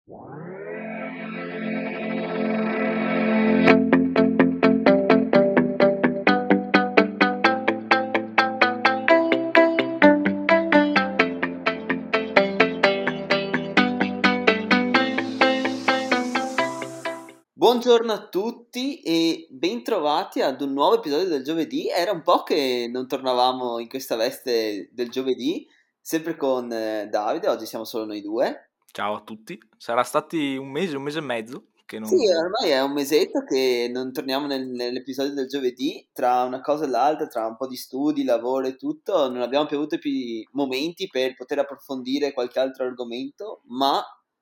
Buongiorno a tutti e bentrovati ad un nuovo episodio del giovedì. Era un po' che non tornavamo in questa veste del giovedì, sempre con Davide, oggi siamo solo noi due. Ciao a tutti, sarà stati un mese e mezzo che Sì, non... ormai è un mesetto che non torniamo nell'episodio del giovedì, tra una cosa e l'altra, tra un po' di studi, lavoro e tutto, non abbiamo più avuto più momenti per poter approfondire qualche altro argomento, ma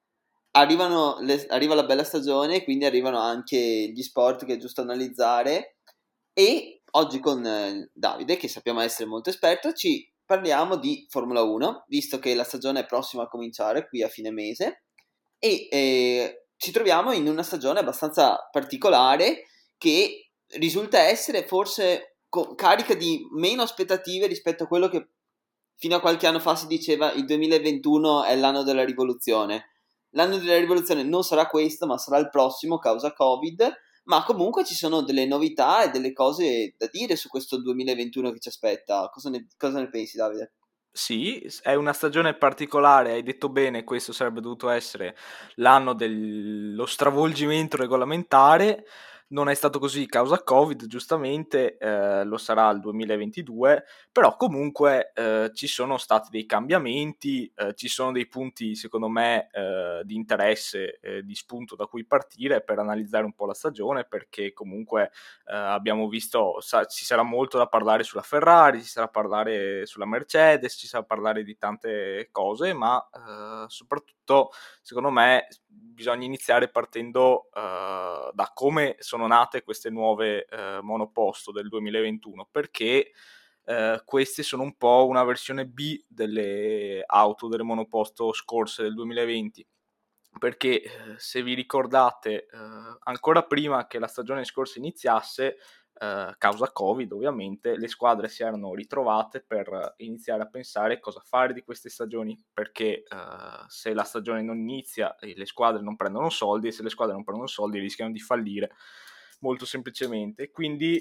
arriva la bella stagione, quindi arrivano anche gli sport che è giusto analizzare e oggi con Davide, che sappiamo essere molto esperto, ci parliamo di Formula 1, visto che la stagione è prossima a cominciare qui a fine mese e ci troviamo in una stagione abbastanza particolare che risulta essere forse carica di meno aspettative rispetto a quello che fino a qualche anno fa si diceva il 2021 è l'anno della rivoluzione. L'anno della rivoluzione non sarà questo, ma sarà il prossimo causa Covid, ma comunque ci sono delle novità e delle cose da dire su questo 2021 che ci aspetta. Cosa ne pensi, Davide? Sì, è una stagione particolare, hai detto bene, questo sarebbe dovuto essere l'anno dello stravolgimento regolamentare, non è stato così causa Covid, giustamente, lo sarà il 2022, però comunque ci sono stati dei cambiamenti, ci sono dei punti secondo me di interesse, di spunto da cui partire per analizzare un po' la stagione, perché comunque abbiamo visto, ci sarà molto da parlare sulla Ferrari, ci sarà da parlare sulla Mercedes, ci sarà da parlare di tante cose, ma soprattutto secondo me bisogna iniziare partendo da come sono nate queste nuove monoposto del 2021, perché queste sono un po' una versione B delle auto delle monoposto scorse del 2020, perché se vi ricordate, ancora prima che la stagione scorsa iniziasse, causa Covid ovviamente, le squadre si erano ritrovate per iniziare a pensare cosa fare di queste stagioni, perché se la stagione non inizia le squadre non prendono soldi, e se le squadre non prendono soldi rischiano di fallire, molto semplicemente. Quindi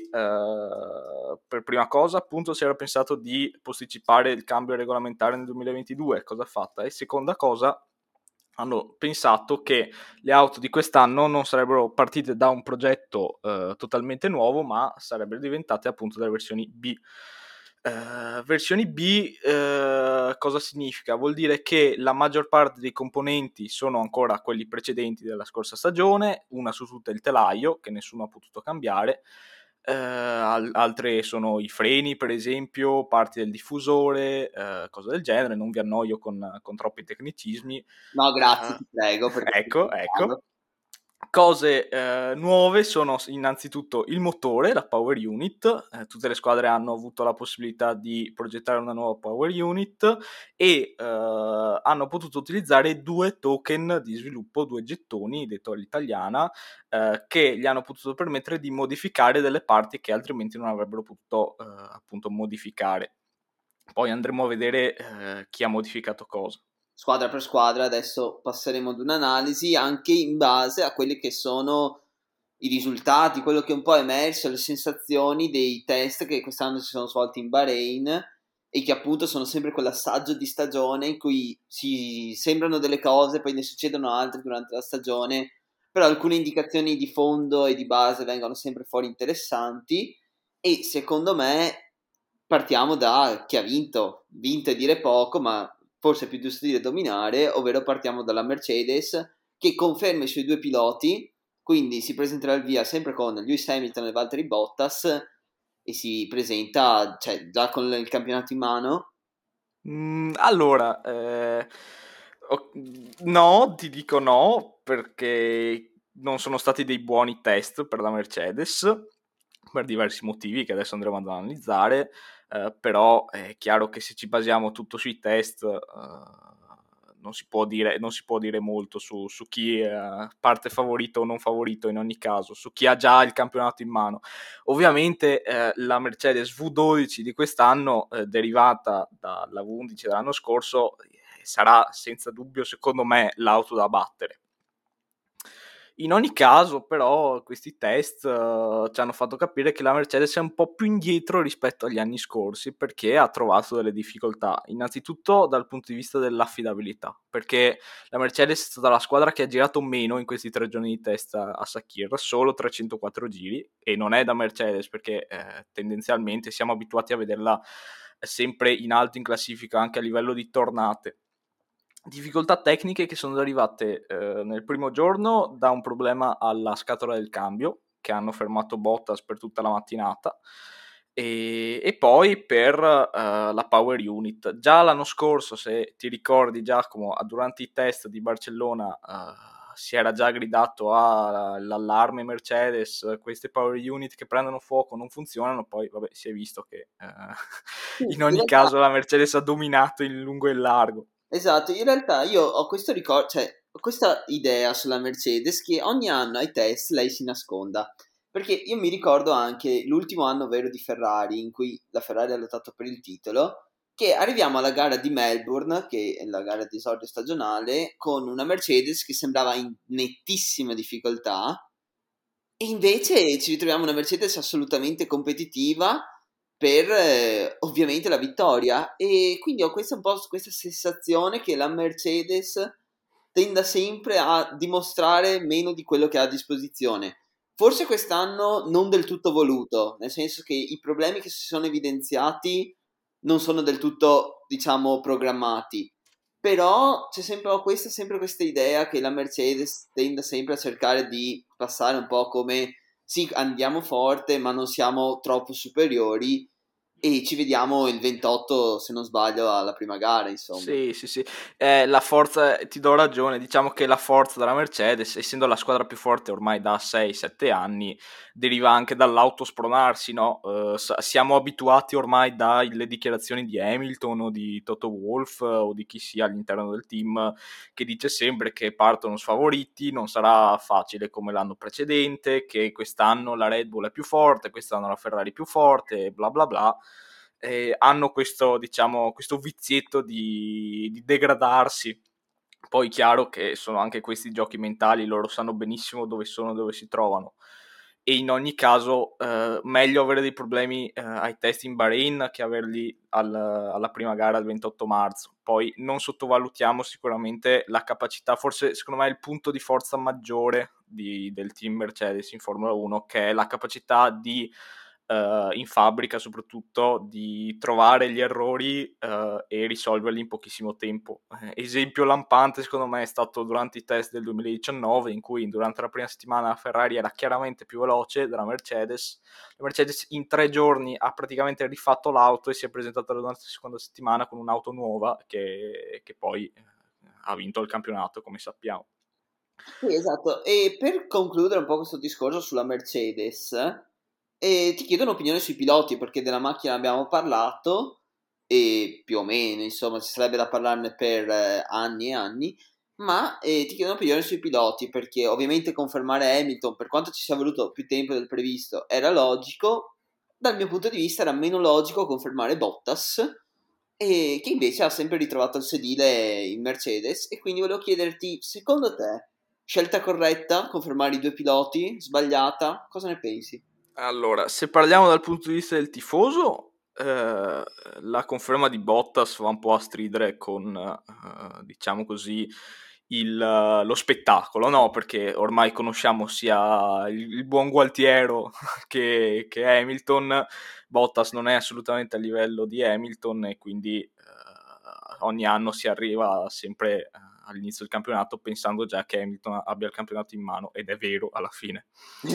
per prima cosa appunto si era pensato di posticipare il cambio regolamentare nel 2022, cosa fatta? E seconda cosa, hanno pensato che le auto di quest'anno non sarebbero partite da un progetto totalmente nuovo, ma sarebbero diventate appunto delle versioni B. Versioni B cosa significa? Vuol dire che la maggior parte dei componenti sono ancora quelli precedenti della scorsa stagione, una su tutte il telaio, che nessuno ha potuto cambiare, altre sono i freni per esempio, parti del diffusore, cose del genere, non vi annoio con troppi tecnicismi. No, grazie, ti prego, perché sto Ecco. ascoltando. Cose nuove sono innanzitutto il motore, la power unit, tutte le squadre hanno avuto la possibilità di progettare una nuova power unit e hanno potuto utilizzare 2 token di sviluppo, 2 gettoni, detto all'italiana, che gli hanno potuto permettere di modificare delle parti che altrimenti non avrebbero potuto appunto modificare. Poi andremo a vedere chi ha modificato cosa. Squadra per squadra, adesso passeremo ad un'analisi anche in base a quelli che sono i risultati, quello che un po' è emerso, le sensazioni dei test che quest'anno si sono svolti in Bahrain e che appunto sono sempre quell'assaggio di stagione in cui si sembrano delle cose, poi ne succedono altre durante la stagione, però alcune indicazioni di fondo e di base vengono sempre fuori interessanti e secondo me partiamo da chi ha vinto. Vinto è dire poco, ma forse è più giusto dire dominare, ovvero partiamo dalla Mercedes che conferma i suoi due piloti, quindi si presenterà al via sempre con Lewis Hamilton e Valtteri Bottas e si presenta, cioè, già con il campionato in mano. Allora, no, ti dico no, perché non sono stati dei buoni test per la Mercedes, per diversi motivi che adesso andremo ad analizzare, però è chiaro che se ci basiamo tutto sui test, non si può dire molto su chi parte favorito o non favorito in ogni caso, su chi ha già il campionato in mano. Ovviamente la Mercedes V12 di quest'anno, derivata dalla V11 dell'anno scorso, sarà senza dubbio, secondo me, l'auto da battere. In ogni caso, però, questi test ci hanno fatto capire che la Mercedes è un po' più indietro rispetto agli anni scorsi, perché ha trovato delle difficoltà. Innanzitutto dal punto di vista dell'affidabilità, perché la Mercedes è stata la squadra che ha girato meno in questi 3 giorni di test a Sakir, solo 304 giri, e non è da Mercedes, perché tendenzialmente siamo abituati a vederla sempre in alto in classifica anche a livello di tornate. Difficoltà tecniche che sono arrivate nel primo giorno da un problema alla scatola del cambio, che hanno fermato Bottas per tutta la mattinata, e poi per la power unit. Già l'anno scorso, se ti ricordi, Giacomo, durante i test di Barcellona si era già gridato all'allarme Mercedes, queste power unit che prendono fuoco non funzionano. Poi vabbè, si è visto che Sì, in in ogni realtà, caso la Mercedes ha dominato in lungo e in largo. esatto, in realtà io ho questo ricordo, cioè, ho questa idea sulla Mercedes che ogni anno ai test lei si nasconda. Perché io mi ricordo anche l'ultimo anno vero di Ferrari, in cui la Ferrari ha lottato per il titolo, che arriviamo alla gara di Melbourne, che è la gara di esordio stagionale, con una Mercedes che sembrava in nettissima difficoltà, e invece ci ritroviamo una Mercedes assolutamente competitiva per ovviamente la vittoria. E quindi ho questa un po' questa sensazione che la Mercedes tenda sempre a dimostrare meno di quello che ha a disposizione. Forse quest'anno non del tutto voluto, nel senso che i problemi che si sono evidenziati non sono del tutto, diciamo, programmati. Però c'è sempre questa idea che la Mercedes tenda sempre a cercare di passare un po' come sì, andiamo forte, ma non siamo troppo superiori e ci vediamo il 28, se non sbaglio, alla prima gara, insomma. Sì, sì, sì. La forza, ti do ragione, diciamo che la forza della Mercedes, essendo la squadra più forte ormai da 6-7 anni, deriva anche dall'autospronarsi, no? Siamo abituati ormai dalle dichiarazioni di Hamilton o di Toto Wolff o di chi sia all'interno del team, che dice sempre che partono sfavoriti, non sarà facile come l'anno precedente, che quest'anno la Red Bull è più forte, quest'anno la Ferrari è più forte, bla bla bla. Hanno questo, diciamo, questo vizietto di degradarsi. Poi chiaro che sono anche questi giochi mentali, loro sanno benissimo dove sono, dove si trovano. E in ogni caso meglio avere dei problemi ai test in Bahrain che averli alla prima gara il 28 marzo. Poi non sottovalutiamo sicuramente la capacità, forse secondo me è il punto di forza maggiore del team Mercedes in Formula 1, che è la capacità di in fabbrica soprattutto di trovare gli errori e risolverli in pochissimo tempo. Esempio lampante secondo me è stato durante i test del 2019 in cui durante la prima settimana la Ferrari era chiaramente più veloce della Mercedes. La Mercedes in 3 giorni ha praticamente rifatto l'auto e si è presentata durante la seconda settimana con un'auto nuova che poi ha vinto il campionato, come sappiamo. Sì, esatto. E per concludere un po' questo discorso sulla Mercedes, ti chiedo un'opinione sui piloti, perché della macchina abbiamo parlato, e più o meno, insomma, ci sarebbe da parlarne per anni e anni, ma ti chiedo un'opinione sui piloti, perché ovviamente confermare Hamilton, per quanto ci sia voluto più tempo del previsto, era logico. Dal mio punto di vista era meno logico confermare Bottas, e che invece ha sempre ritrovato il sedile in Mercedes, e quindi volevo chiederti, secondo te, scelta corretta, confermare i due piloti, sbagliata, cosa ne pensi? Allora, se parliamo dal punto di vista del tifoso, la conferma di Bottas va un po' a stridere con, diciamo così, lo spettacolo, no? Perché ormai conosciamo sia il buon Gualtiero che Hamilton. Bottas non è assolutamente a livello di Hamilton e quindi ogni anno si arriva sempre all'inizio del campionato pensando già che Hamilton abbia il campionato in mano, ed è vero alla fine.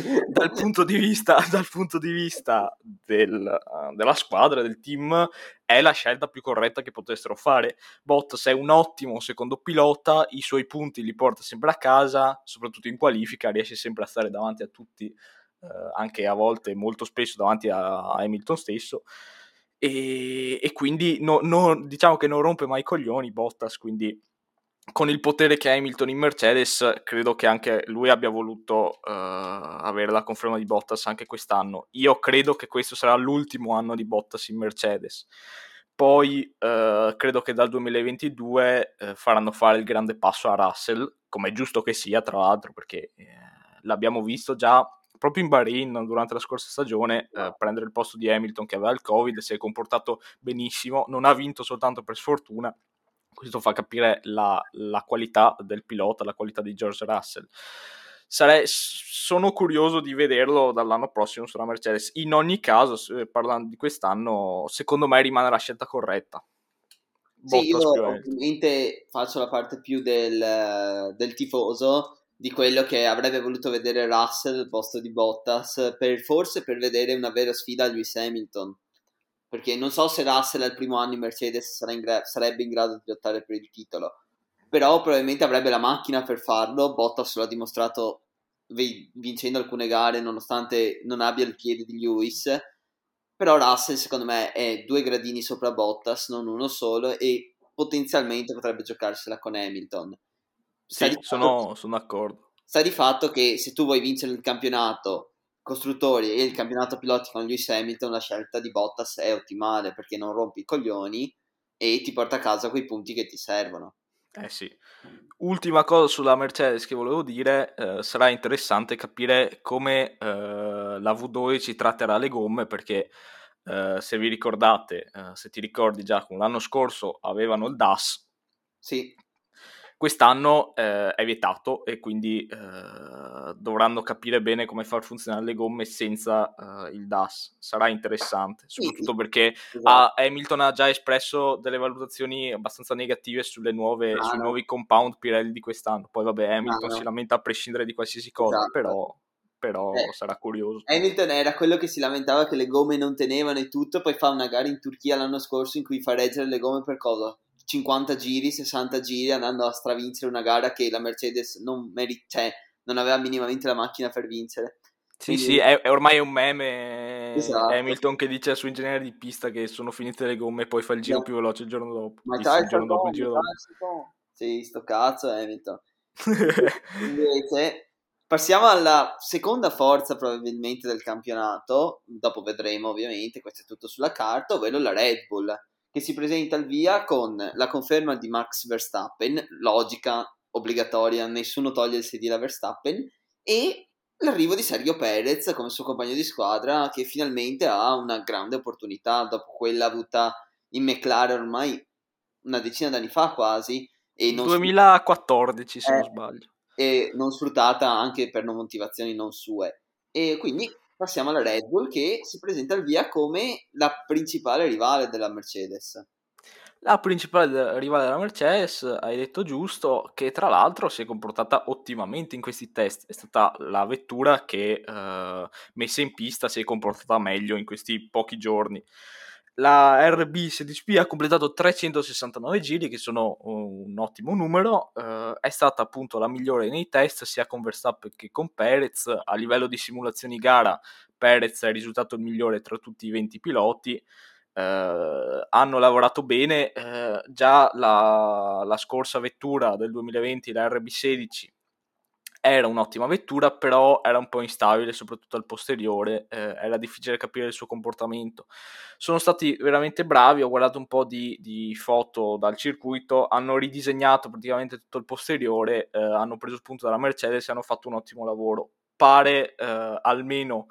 Dal punto di vista della squadra, del team, è la scelta più corretta che potessero fare. Bottas è un ottimo secondo pilota, i suoi punti li porta sempre a casa, soprattutto in qualifica, riesce sempre a stare davanti a tutti, anche a volte, molto spesso, davanti a Hamilton stesso. E quindi diciamo che non rompe mai i coglioni Bottas, quindi con il potere che ha Hamilton in Mercedes, credo che anche lui abbia voluto avere la conferma di Bottas anche quest'anno. Io credo che questo sarà l'ultimo anno di Bottas in Mercedes. Poi credo che dal 2022 faranno fare il grande passo a Russell, come è giusto che sia, tra l'altro, perché l'abbiamo visto già proprio in Bahrain durante la scorsa stagione prendere il posto di Hamilton che aveva il Covid, si è comportato benissimo, non ha vinto soltanto per sfortuna. Questo fa capire la qualità del pilota, la qualità di George Russell. Sono curioso di vederlo dall'anno prossimo sulla Mercedes. In ogni caso, parlando di quest'anno, secondo me rimane la scelta corretta. Sì, Bottas più io Hamilton. ovviamente faccio la parte più del tifoso, di quello che avrebbe voluto vedere Russell al posto di Bottas, forse per vedere una vera sfida a Lewis Hamilton, perché non so se Russell al primo anno in Mercedes sarebbe in grado di lottare per il titolo, però probabilmente avrebbe la macchina per farlo. Bottas lo ha dimostrato vincendo alcune gare nonostante non abbia il piede di Lewis. Però Russell secondo me è 2 gradini sopra Bottas, non uno solo, e potenzialmente potrebbe giocarsela con Hamilton. Sta di Sì, fatto, sono d'accordo. sta di fatto che se tu vuoi vincere il campionato costruttori e il campionato piloti con Lewis Hamilton, la scelta di Bottas è ottimale, perché non rompi i coglioni e ti porta a casa quei punti che ti servono. Sì. Ultima cosa sulla Mercedes che volevo dire, sarà interessante capire come la V12 tratterà le gomme, perché se vi ricordate, se ti ricordi già con l'anno scorso avevano il DAS, Sì. quest'anno è vietato e quindi dovranno capire bene come far funzionare le gomme senza il DAS. Sarà interessante, Sì, soprattutto perché esatto. Hamilton ha già espresso delle valutazioni abbastanza negative sui Strano, nuovi compound Pirelli di quest'anno. Poi vabbè, Hamilton si strano. lamenta a prescindere di qualsiasi cosa, Esatto. però sarà curioso. Hamilton era quello che si lamentava che le gomme non tenevano e tutto, poi fa una gara in Turchia l'anno scorso in cui fa reggere le gomme per cosa? 50 giri, 60 giri, andando a stravincere una gara che la Mercedes cioè, non aveva minimamente la macchina per vincere. Sì, Quindi, sì, è ormai un meme esatto. Hamilton che dice al suo ingegnere di pista che sono finite le gomme e poi fa il giro più veloce il giorno dopo. My Il tires are giorno dopo, il gone, my giro dopo. tires are gone. Sì, sto cazzo Hamilton. Invece, passiamo alla seconda forza probabilmente del campionato, dopo vedremo ovviamente, questo è tutto sulla carta, ovvero la Red Bull, che si presenta al via con la conferma di Max Verstappen, logica, obbligatoria, nessuno toglie il sedile a Verstappen, e l'arrivo di Sergio Perez come suo compagno di squadra, che finalmente ha una grande opportunità dopo quella avuta in McLaren ormai una decina d'anni fa quasi, e non 2014 se non sbaglio. e non sfruttata anche per motivazioni non sue. E quindi passiamo alla Red Bull, che si presenta al via come la principale rivale della Mercedes. La principale rivale della Mercedes, hai detto giusto, che tra l'altro si è comportata ottimamente in questi test. È stata la vettura che, messa in pista, si è comportata meglio in questi pochi giorni. La RB16P ha completato 369 giri, che sono un ottimo numero. È stata appunto la migliore nei test, sia con Verstappen che con Perez. A livello di simulazioni gara, Perez è risultato il migliore tra tutti i 20 piloti. Hanno lavorato bene, già la scorsa vettura del 2020, la RB16, era un'ottima vettura, però era un po' instabile, soprattutto al posteriore, era difficile capire il suo comportamento. Sono stati veramente bravi, ho guardato un po' di foto dal circuito, hanno ridisegnato praticamente tutto il posteriore, hanno preso spunto dalla Mercedes e hanno fatto un ottimo lavoro. Pare almeno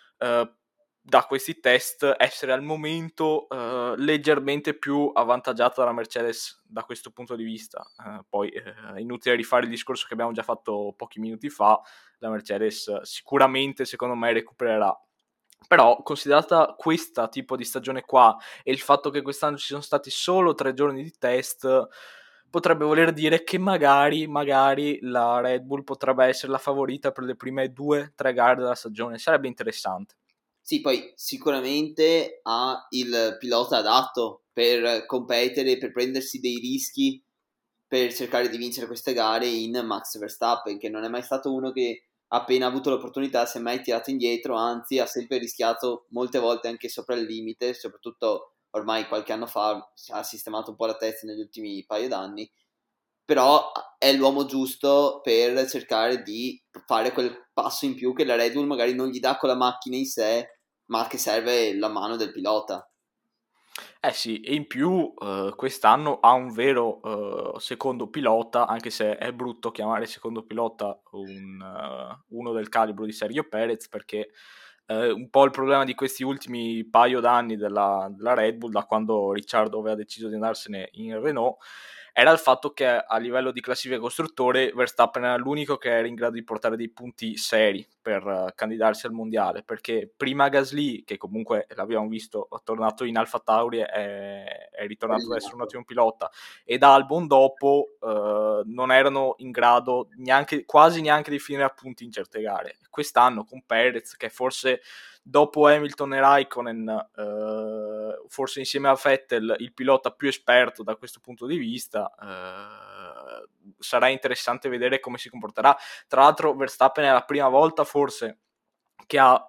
da questi test essere al momento leggermente più avvantaggiata dalla Mercedes da questo punto di vista. Poi è inutile rifare il discorso che abbiamo già fatto pochi minuti fa, la Mercedes sicuramente secondo me recupererà. Però considerata questa tipo di stagione qua e il fatto che quest'anno ci sono stati solo 3 giorni di test, potrebbe voler dire che magari la Red Bull potrebbe essere la favorita per le prime 2-3 gare della stagione. Sarebbe interessante. Sì, poi sicuramente ha il pilota adatto per competere, per prendersi dei rischi, per cercare di vincere queste gare in Max Verstappen, che non è mai stato uno che appena avuto l'opportunità si è mai tirato indietro, anzi ha sempre rischiato molte volte anche sopra il limite, soprattutto ormai qualche anno fa ha sistemato un po' la testa negli ultimi paio d'anni, però è l'uomo giusto per cercare di fare quel passo in più che la Red Bull magari non gli dà con la macchina in sé, ma che serve la mano del pilota. Eh sì, e in più quest'anno ha un vero secondo pilota, anche se è brutto chiamare secondo pilota uno del calibro di Sergio Perez, perché un po' il problema di questi ultimi paio d'anni della Red Bull, da quando Ricciardo aveva deciso di andarsene in Renault, era il fatto che a livello di classifica costruttore Verstappen era l'unico che era in grado di portare dei punti seri per candidarsi al mondiale, perché prima Gasly, che comunque l'abbiamo visto tornato in Alfa Tauri, è ritornato ad essere un ottimo pilota, ed Albon dopo non erano in grado quasi neanche di finire a punti in certe gare. Quest'anno con Perez, che forse dopo Hamilton e Raikkonen, forse insieme a Vettel, il pilota più esperto da questo punto di vista, sarà interessante vedere come si comporterà. Tra l'altro Verstappen è la prima volta forse che ha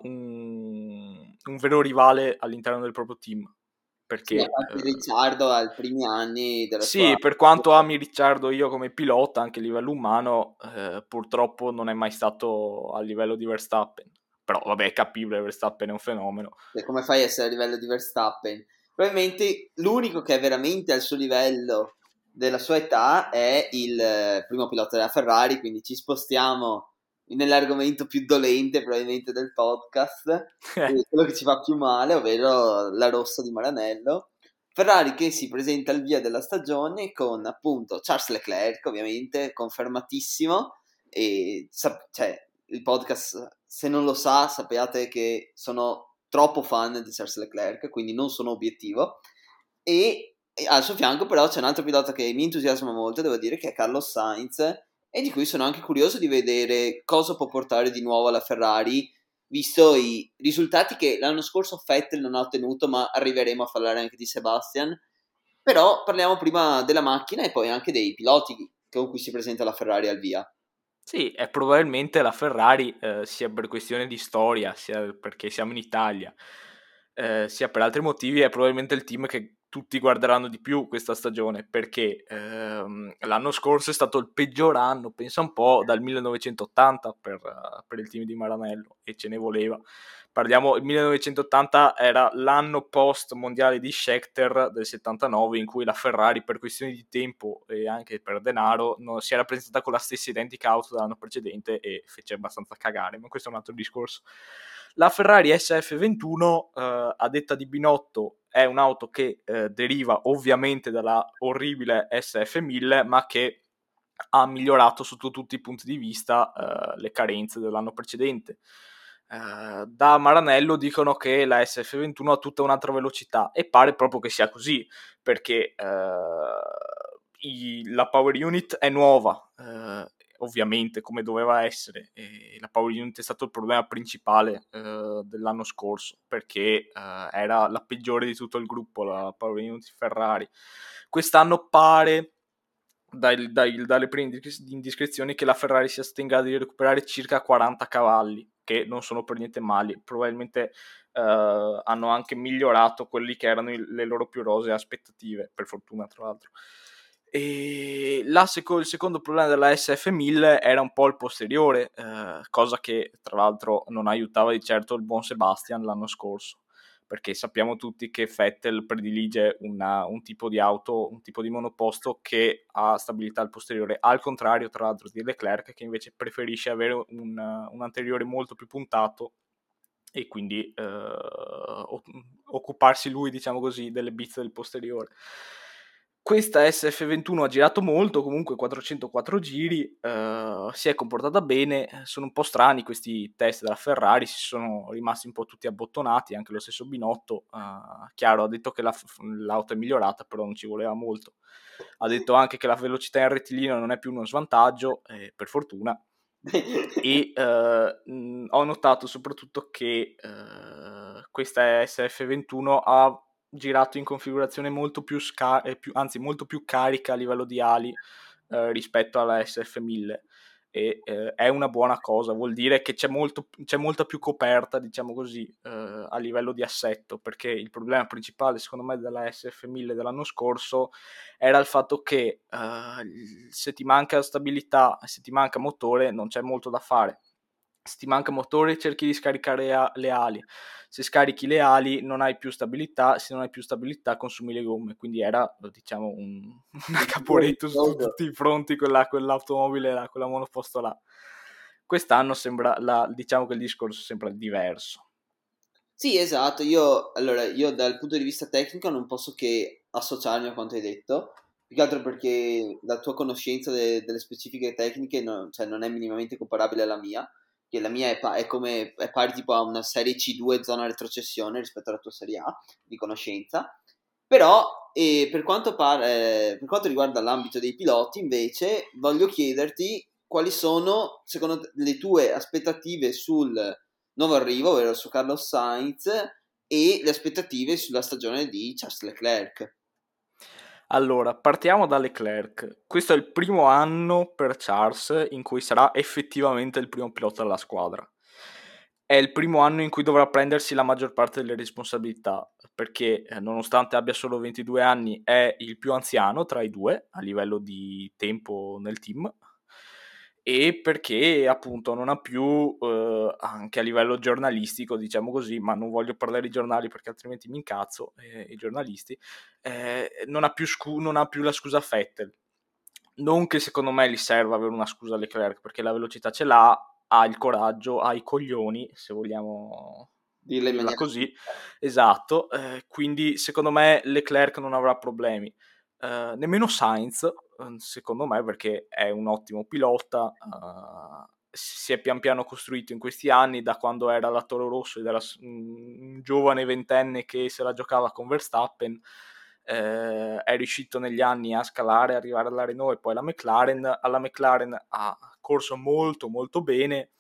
un vero rivale all'interno del proprio team, Sì, perché infatti Ricciardo ai primi anni della sua... sì, per quanto ami Ricciardo io come pilota, anche a livello umano, purtroppo non è mai stato a livello di Verstappen. Però vabbè, è capibile, Verstappen è un fenomeno. Cioè, come fai a essere a livello di Verstappen? Probabilmente l'unico che è veramente al suo livello della sua età è il primo pilota della Ferrari, quindi ci spostiamo nell'argomento più dolente probabilmente del podcast, quello che ci fa più male, ovvero la rossa di Maranello. Ferrari che si presenta al via della stagione con appunto Charles Leclerc, ovviamente confermatissimo, e cioè, il podcast, se non lo sa, sappiate che sono troppo fan di Charles Leclerc, quindi non sono obiettivo. E al suo fianco però c'è un altro pilota che mi entusiasma molto, devo dire, che è Carlos Sainz, e di cui sono anche curioso di vedere cosa può portare di nuovo alla Ferrari, visto i risultati che l'anno scorso Vettel non ha ottenuto, ma arriveremo a parlare anche di Sebastian. Però parliamo prima della macchina e poi anche dei piloti con cui si presenta la Ferrari al via. Sì, è probabilmente la Ferrari, sia per questione di storia, sia perché siamo in Italia, sia per altri motivi, è probabilmente il team che tutti guarderanno di più questa stagione, perché l'anno scorso è stato il peggior anno, pensa un po', dal 1980 per il team di Maranello, e ce ne voleva. Il 1980 era l'anno post mondiale di Scheckter del 79, in cui la Ferrari per questioni di tempo e anche per denaro non si era presentata con la stessa identica auto dell'anno precedente e fece abbastanza cagare, ma questo è un altro discorso. La Ferrari SF21, a detta di Binotto, è un'auto che deriva ovviamente dalla orribile SF1000, ma che ha migliorato sotto tutti i punti di vista le carenze dell'anno precedente. Da Maranello dicono che la SF21 ha tutta un'altra velocità, e pare proprio che sia così, perché la power unit è nuova, ovviamente come doveva essere, e la power unit è stato il problema principale dell'anno scorso, perché era la peggiore di tutto il gruppo, la power unit Ferrari. Quest'anno pare dalle prime indiscrezioni che la Ferrari sia stata in grado di recuperare circa 40 cavalli, che non sono per niente mali. Probabilmente hanno anche migliorato quelli che erano le loro più rosee aspettative, per fortuna tra l'altro. E il secondo problema della SF1000 era un po' il posteriore, cosa che tra l'altro non aiutava di certo il buon Sebastian l'anno scorso, perché sappiamo tutti che Vettel predilige un tipo di auto, un tipo di monoposto che ha stabilità al posteriore, al contrario tra l'altro di Leclerc, che invece preferisce avere un anteriore molto più puntato e quindi occuparsi lui, diciamo così, delle bizze del posteriore. Questa SF21 ha girato molto, comunque 404 giri, si è comportata bene. Sono un po' strani questi test della Ferrari, si sono rimasti un po' tutti abbottonati, anche lo stesso Binotto, chiaro, ha detto che l'auto è migliorata, però non ci voleva molto. Ha detto anche che la velocità in rettilineo non è più uno svantaggio, per fortuna. E ho notato soprattutto che questa SF21 ha girato in configurazione molto più, anzi molto più carica a livello di ali rispetto alla SF1000, e è una buona cosa, vuol dire che c'è molta più coperta, diciamo così, a livello di assetto, perché il problema principale secondo me della SF1000 dell'anno scorso era il fatto che se ti manca stabilità, se ti manca motore, non c'è molto da fare. Se ti manca motore cerchi di scaricare le ali, se scarichi le ali non hai più stabilità, se non hai più stabilità consumi le gomme, quindi era diciamo una Caporetto su tutti i fronti quell'automobile là, quella monoposto là. Quest'anno sembra, diciamo che il discorso sembra diverso. Sì, esatto, allora, io dal punto di vista tecnico non posso che associarmi a quanto hai detto, più che altro perché la tua conoscenza delle specifiche tecniche cioè, non è minimamente comparabile alla mia, che la mia è pari tipo a una serie C2 zona retrocessione rispetto alla tua serie A di conoscenza, però per quanto riguarda l'ambito dei piloti invece voglio chiederti quali sono secondo te le tue aspettative sul nuovo arrivo, ovvero su Carlos Sainz, e le aspettative sulla stagione di Charles Leclerc. Allora, partiamo da Leclerc. Questo è il primo anno per Charles in cui sarà effettivamente il primo pilota della squadra. È il primo anno in cui dovrà prendersi la maggior parte delle responsabilità, perché nonostante abbia solo 22 anni è il più anziano tra i due a livello di tempo nel team, e perché appunto non ha più, anche a livello giornalistico, diciamo così, ma non voglio parlare di giornali perché altrimenti mi incazzo, i giornalisti, non ha più la scusa Vettel. Non che secondo me gli serva avere una scusa Leclerc, perché la velocità ce l'ha, ha il coraggio, ha i coglioni, se vogliamo Dirla in dirla maniera così, esatto, quindi secondo me Leclerc non avrà problemi. Nemmeno Sainz, secondo me, perché è un ottimo pilota, si è pian piano costruito in questi anni, da quando era la Toro Rosso ed era un giovane ventenne che se la giocava con Verstappen, è riuscito negli anni a scalare, arrivare alla Renault e poi alla McLaren ha corso molto molto bene,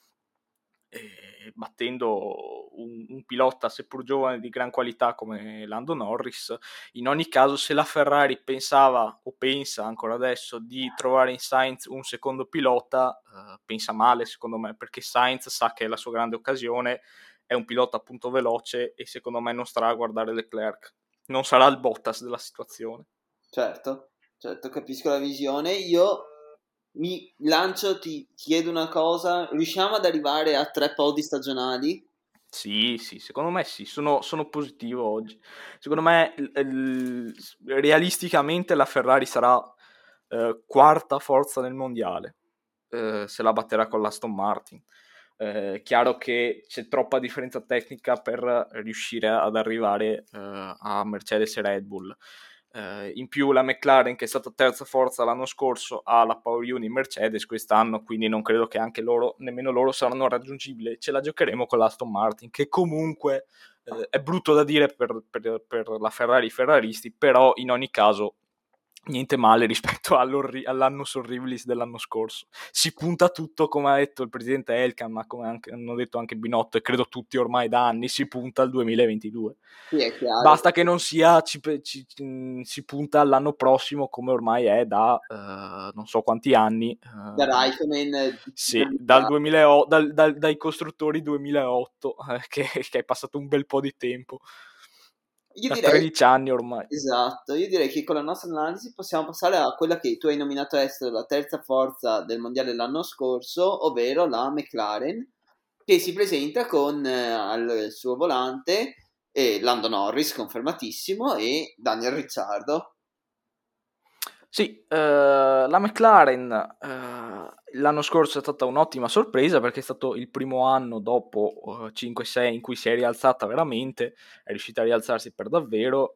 battendo un pilota seppur giovane di gran qualità come Lando Norris. In ogni caso, se la Ferrari pensava o pensa ancora adesso di trovare in Sainz un secondo pilota, pensa male secondo me, perché Sainz sa che è la sua grande occasione, è un pilota appunto veloce e secondo me non starà a guardare Leclerc, non sarà il Bottas della situazione. Certo, certo, capisco la visione. Io mi lancio, ti chiedo una cosa, riusciamo ad arrivare a 3 podi stagionali? Sì, sì, secondo me sì, sono positivo oggi. Secondo me realisticamente la Ferrari sarà quarta forza nel mondiale, se la batterà con l'Aston Martin. Chiaro che c'è troppa differenza tecnica per riuscire ad arrivare a Mercedes e Red Bull. In più la McLaren, che è stata terza forza l'anno scorso, ha la Power Unit Mercedes quest'anno, quindi non credo che anche loro, nemmeno loro saranno raggiungibili. Ce la giocheremo con l'Aston Martin, che comunque è brutto da dire per la Ferrari, i ferraristi, però in ogni caso niente male rispetto all'annus horribilis dell'anno scorso. Si punta tutto, come ha detto il presidente Elkann, ma come hanno detto anche Binotto e credo tutti ormai da anni, si punta al 2022. Sì, è chiaro. Basta che non sia, si punta all'anno prossimo, come ormai è da non so quanti anni. Da Raikkonen, Sì, dai costruttori 2008, che è passato un bel po' di tempo, io da direi, 13 anni ormai. esatto, io direi che con la nostra analisi possiamo passare a quella che tu hai nominato essere la terza forza del mondiale dell'anno scorso, ovvero la McLaren, che si presenta con al suo volante Lando Norris, confermatissimo, e Daniel Ricciardo. Sì, la McLaren l'anno scorso è stata un'ottima sorpresa perché è stato il primo anno dopo 5-6 in cui si è rialzata veramente, è riuscita a rialzarsi per davvero,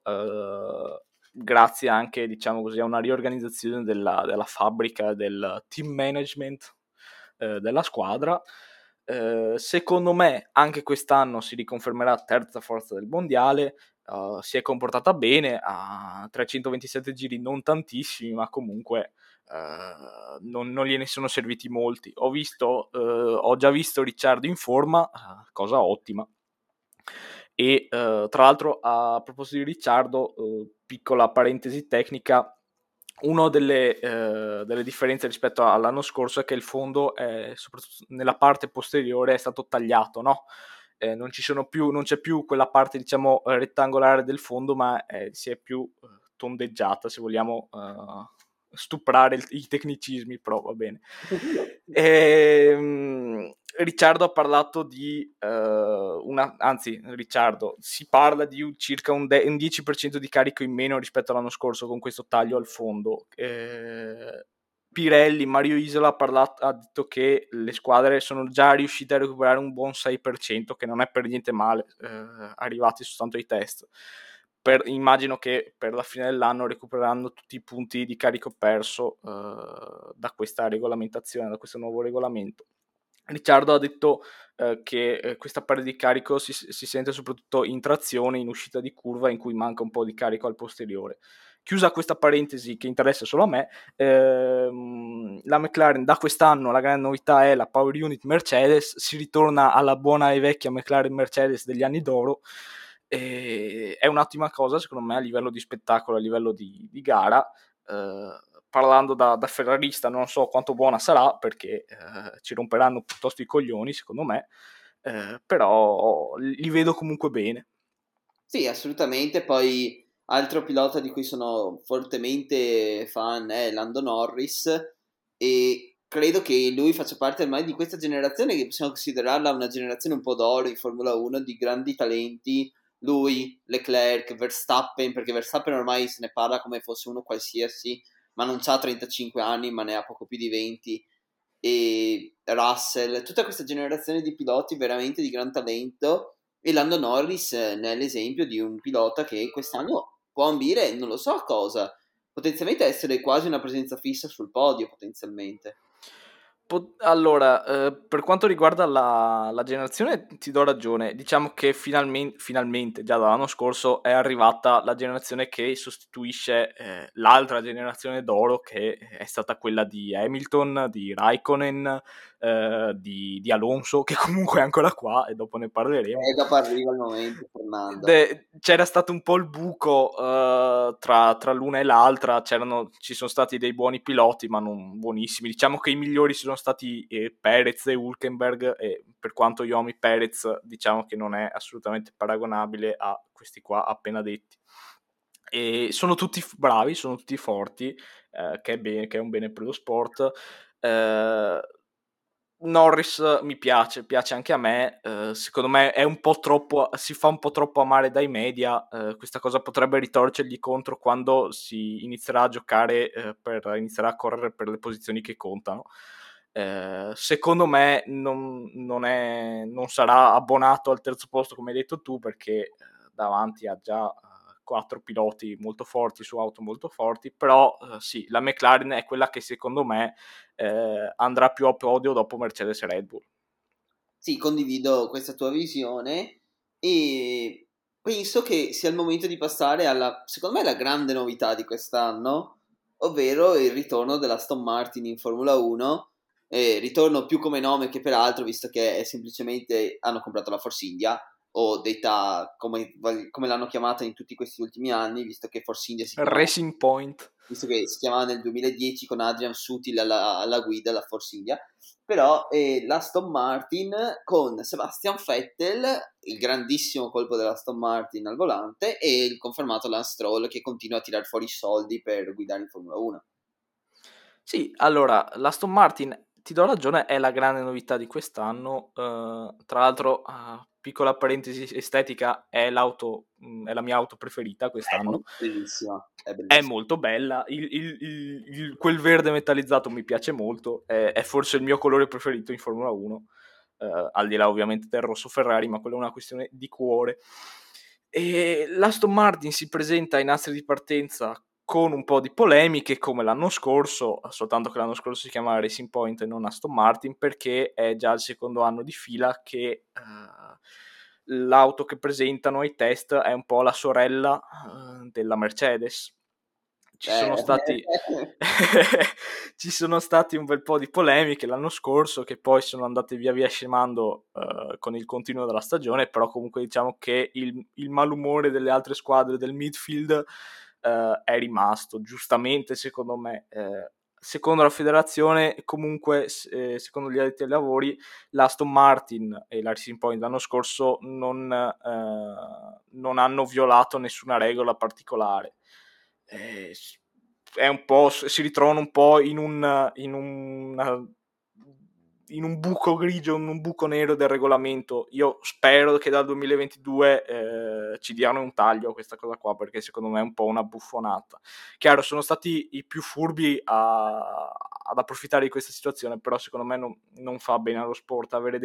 grazie anche, diciamo così, a una riorganizzazione della fabbrica, del team management della squadra. Secondo me anche quest'anno si riconfermerà terza forza del mondiale. Si è comportata bene a 327 giri, non tantissimi, ma comunque non gliene sono serviti molti. Ho già visto Ricciardo in forma, cosa ottima. E tra l'altro, a proposito di Ricciardo, piccola parentesi tecnica, una delle differenze rispetto all'anno scorso è che il fondo, soprattutto nella parte posteriore, è stato tagliato, no? Non c'è più quella parte, diciamo, rettangolare del fondo, ma si è più tondeggiata, se vogliamo stuprare i tecnicismi, però va bene. Ricciardo ha parlato di Ricciardo si parla di circa un 10% di carico in meno rispetto all'anno scorso con questo taglio al fondo. Pirelli, Mario Isola ha detto che le squadre sono già riuscite a recuperare un buon 6%, che non è per niente male, arrivati soltanto ai test. Immagino che per la fine dell'anno recupereranno tutti i punti di carico perso da questa regolamentazione, da questo nuovo regolamento. Ricciardo ha detto che questa perdita di carico si sente soprattutto in trazione, in uscita di curva, in cui manca un po' di carico al posteriore. Chiusa questa parentesi che interessa solo a me, la McLaren da quest'anno la grande novità è la Power Unit Mercedes, si ritorna alla buona e vecchia McLaren Mercedes degli anni d'oro. È un'ottima cosa secondo me a livello di spettacolo, a livello di gara. Parlando da ferrarista non so quanto buona sarà, perché ci romperanno piuttosto i coglioni secondo me, però li vedo comunque bene. Sì, assolutamente. Poi altro pilota di cui sono fortemente fan è Lando Norris, e credo che lui faccia parte ormai di questa generazione che possiamo considerarla una generazione un po' d'oro in Formula 1, di grandi talenti. Lui, Leclerc, Verstappen, perché Verstappen ormai se ne parla come fosse uno qualsiasi, ma non ha 35 anni, ma ne ha poco più di 20, e Russell, tutta questa generazione di piloti veramente di gran talento, e Lando Norris ne è l'esempio di un pilota che quest'anno può ambire, non lo so a cosa, potenzialmente essere quasi una presenza fissa sul podio, potenzialmente. Allora, per quanto riguarda la generazione ti do ragione, diciamo che finalmente, già dall'anno scorso, è arrivata la generazione che sostituisce l'altra generazione d'oro, che è stata quella di Hamilton, di Raikkonen, di Alonso, che comunque è ancora qua e dopo ne parleremo. E dopo arriva il momento, Fernando. C'era stato un po' il buco tra l'una e l'altra, ci sono stati dei buoni piloti ma non buonissimi, diciamo che i migliori sono stati Perez e Hülkenberg, e per quanto io ami Perez diciamo che non è assolutamente paragonabile a questi qua appena detti, e sono tutti bravi, sono tutti forti, che è un bene per lo sport. Norris mi piace anche a me, secondo me è un po' troppo, si fa un po' troppo amare dai media, questa cosa potrebbe ritorcergli contro quando si inizierà a giocare, inizierà a correre per le posizioni che contano. Secondo me non sarà abbonato al terzo posto come hai detto tu, perché davanti ha già 4 piloti molto forti su auto molto forti, però sì, la McLaren è quella che secondo me andrà più a podio dopo Mercedes e Red Bull. Sì, condivido questa tua visione e penso che sia il momento di passare alla, secondo me, la grande novità di quest'anno, ovvero il ritorno dell'Aston Martin in Formula 1. Ritorno più come nome che per altro, visto che è semplicemente hanno comprato la Force India, o detta come l'hanno chiamata in tutti questi ultimi anni, visto che Force India si chiamava, Racing Point. visto che si chiamava nel 2010 con Adrian Sutil alla guida, la Force India. Però l'Aston Martin con Sebastian Vettel, il grandissimo colpo dell'Aston Martin al volante, e il confermato Lance Stroll che continua a tirare fuori i soldi per guidare in Formula 1. Sì, allora, l'Aston Martin, ti do ragione, è la grande novità di quest'anno. Tra l'altro, piccola parentesi estetica, è la mia auto preferita quest'anno. Bellissima, è È bellissima. molto bella, quel verde metallizzato mi piace molto, è forse il mio colore preferito in Formula 1, al di là ovviamente del rosso Ferrari, ma quella è una questione di cuore. E l'Aston Martin si presenta ai nastri di partenza con un po' di polemiche come l'anno scorso, soltanto che l'anno scorso si chiamava Racing Point e non Aston Martin, perché è già il secondo anno di fila che l'auto che presentano ai test è un po' la sorella della Mercedes. Ci sono Eh, stati ci sono stati un bel po' di polemiche l'anno scorso, che poi sono andate via via scemando con il continuo della stagione, però comunque diciamo che il malumore delle altre squadre del midfield è rimasto, giustamente secondo me. Secondo la federazione, comunque, secondo gli addetti ai lavori, l'Aston Martin e la Racing Point l'anno scorso non hanno violato nessuna regola particolare. È un po', si ritrovano un po' in una in un buco grigio, in un buco nero del regolamento. Io spero che dal 2022 ci diano un taglio a questa cosa qua, perché secondo me è un po' una buffonata. Chiaro, sono stati i più furbi ad approfittare di questa situazione, però secondo me non fa bene allo sport avere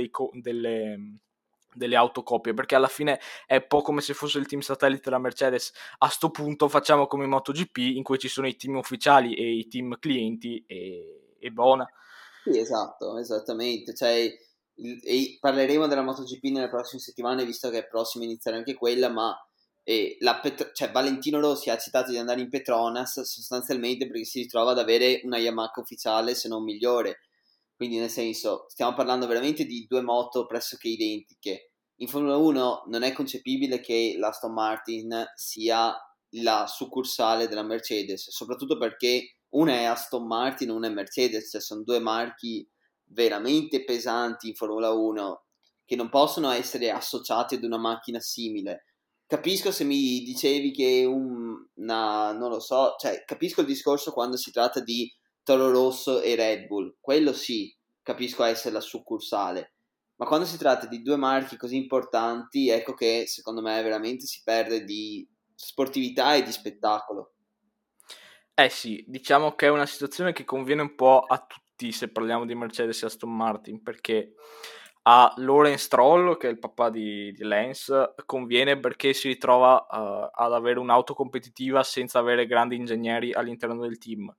delle autocoppie, perché alla fine è un po' come se fosse il team satellite della Mercedes. A sto punto facciamo come in MotoGP, in cui ci sono i team ufficiali e i team clienti, e buona. Sì, esatto, esattamente. Cioè, e parleremo della MotoGP nelle prossime settimane, visto che è prossima a iniziare anche quella, ma cioè, Valentino Rossi ha accettato di andare in Petronas sostanzialmente perché si ritrova ad avere una Yamaha ufficiale, se non migliore. Quindi, nel senso, stiamo parlando veramente di due moto pressoché identiche. In Formula 1 non è concepibile che l'Aston Martin sia la succursale della Mercedes, soprattutto perché una è Aston Martin, una è Mercedes, cioè sono due marchi veramente pesanti in Formula 1 che non possono essere associati ad una macchina simile. Capisco se mi dicevi che non lo so, cioè capisco il discorso quando si tratta di Toro Rosso e Red Bull, quello sì, capisco essere la succursale, ma quando si tratta di due marchi così importanti, ecco che secondo me veramente si perde di sportività e di spettacolo. Eh sì, diciamo che è una situazione che conviene un po' a tutti se parliamo di Mercedes e Aston Martin, perché a Lawrence Stroll, che è il papà di Lance, conviene perché si ritrova ad avere un'auto competitiva senza avere grandi ingegneri all'interno del team.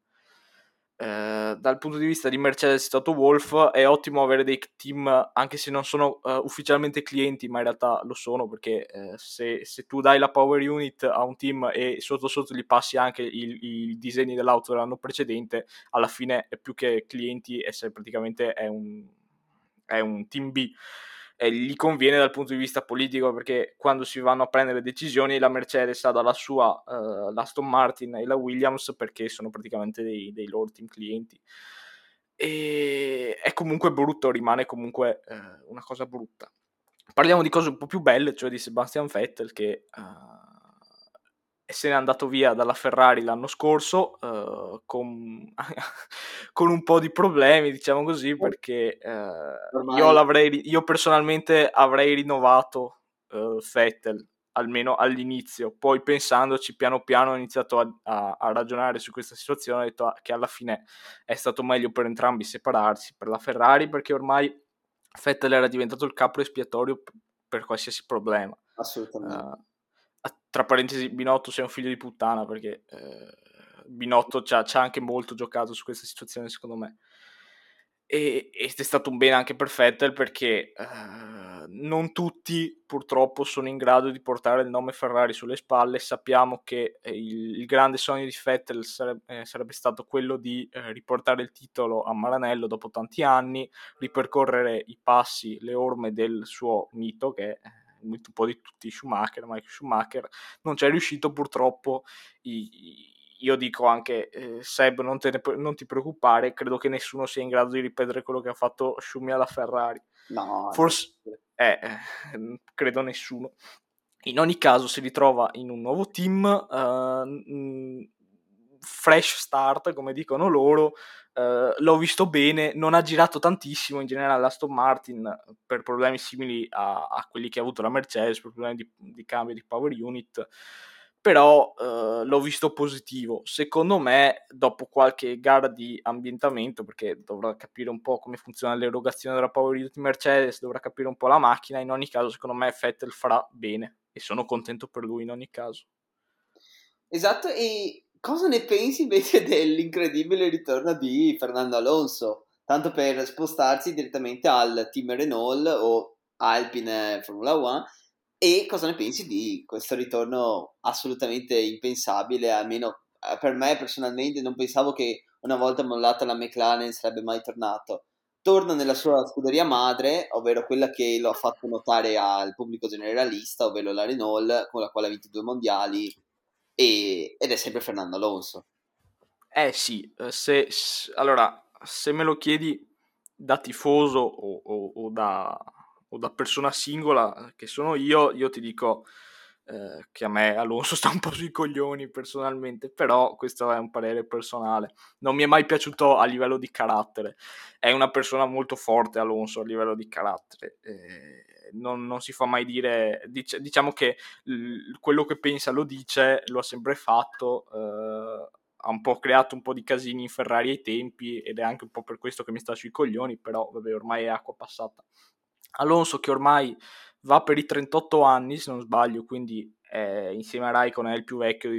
Dal punto di vista di Mercedes e Toto Wolff è ottimo avere dei team, anche se non sono ufficialmente clienti, ma in realtà lo sono, perché se tu dai la power unit a un team e sotto sotto gli passi anche i disegni dell'auto dell'anno precedente, alla fine è più che clienti, praticamente è un team B. E gli conviene dal punto di vista politico, perché quando si vanno a prendere decisioni la Mercedes ha dalla sua l'Aston Martin e la Williams, perché sono praticamente dei loro team clienti, e è comunque brutto, rimane comunque una cosa brutta. Parliamo di cose un po' più belle, cioè di Sebastian Vettel che se n'è andato via dalla Ferrari l'anno scorso con, con un po' di problemi, diciamo così, perché Ormai io personalmente avrei rinnovato Vettel, almeno all'inizio, poi pensandoci piano piano ho iniziato a ragionare su questa situazione, ho detto che alla fine è stato meglio per entrambi separarsi, per la Ferrari perché ormai Vettel era diventato il capro espiatorio per qualsiasi problema. assolutamente. Tra parentesi, Binotto sei un figlio di puttana, perché Binotto c'ha anche molto giocato su questa situazione, secondo me. Ed è stato un bene anche per Vettel, perché non tutti purtroppo sono in grado di portare il nome Ferrari sulle spalle. Sappiamo che il grande sogno di Vettel sarebbe stato quello di riportare il titolo a Maranello dopo tanti anni, ripercorrere i passi, le orme del suo mito, che è il mito un po' di tutti, Michael Schumacher. Non c'è riuscito purtroppo. Io dico anche, Seb, non ti preoccupare, credo che nessuno sia in grado di ripetere quello che ha fatto Schumi alla Ferrari. No, Forse, credo nessuno. In ogni caso si ritrova in un nuovo team, fresh start, come dicono loro. L'ho visto bene, non ha girato tantissimo in generale l'Aston Martin per problemi simili a quelli che ha avuto la Mercedes, per problemi di cambio di power unit, però l'ho visto positivo. Secondo me, dopo qualche gara di ambientamento, perché dovrà capire un po' come funziona l'erogazione della power unit Mercedes, dovrà capire un po' la macchina, in ogni caso secondo me Vettel farà bene e sono contento per lui in ogni caso. esatto, e cosa ne pensi invece dell'incredibile ritorno di Fernando Alonso? Tanto per spostarsi direttamente al team Renault o Alpine Formula 1, e cosa ne pensi di questo ritorno assolutamente impensabile, almeno per me personalmente non pensavo che una volta mollata la McLaren sarebbe mai tornato. Torna nella sua scuderia madre, ovvero quella che lo ha fatto notare al pubblico generalista, ovvero la Renault, con la quale ha vinto 2 mondiali, ed è sempre Fernando Alonso. Eh sì, allora, se me lo chiedi da tifoso o da persona singola che sono io ti dico che a me Alonso sta un po' sui coglioni personalmente, però questo è un parere personale. Non mi è mai piaciuto a livello di carattere, è una persona molto forte Alonso a livello di carattere, non si fa mai dire, diciamo che quello che pensa lo dice, lo ha sempre fatto, ha un po' creato un po' di casini in Ferrari ai tempi ed è anche un po' per questo che mi sta sui coglioni, però vabbè, ormai è acqua passata. Alonso che ormai va per i 38 anni, se non sbaglio, quindi insieme a Raikkonen è il più vecchio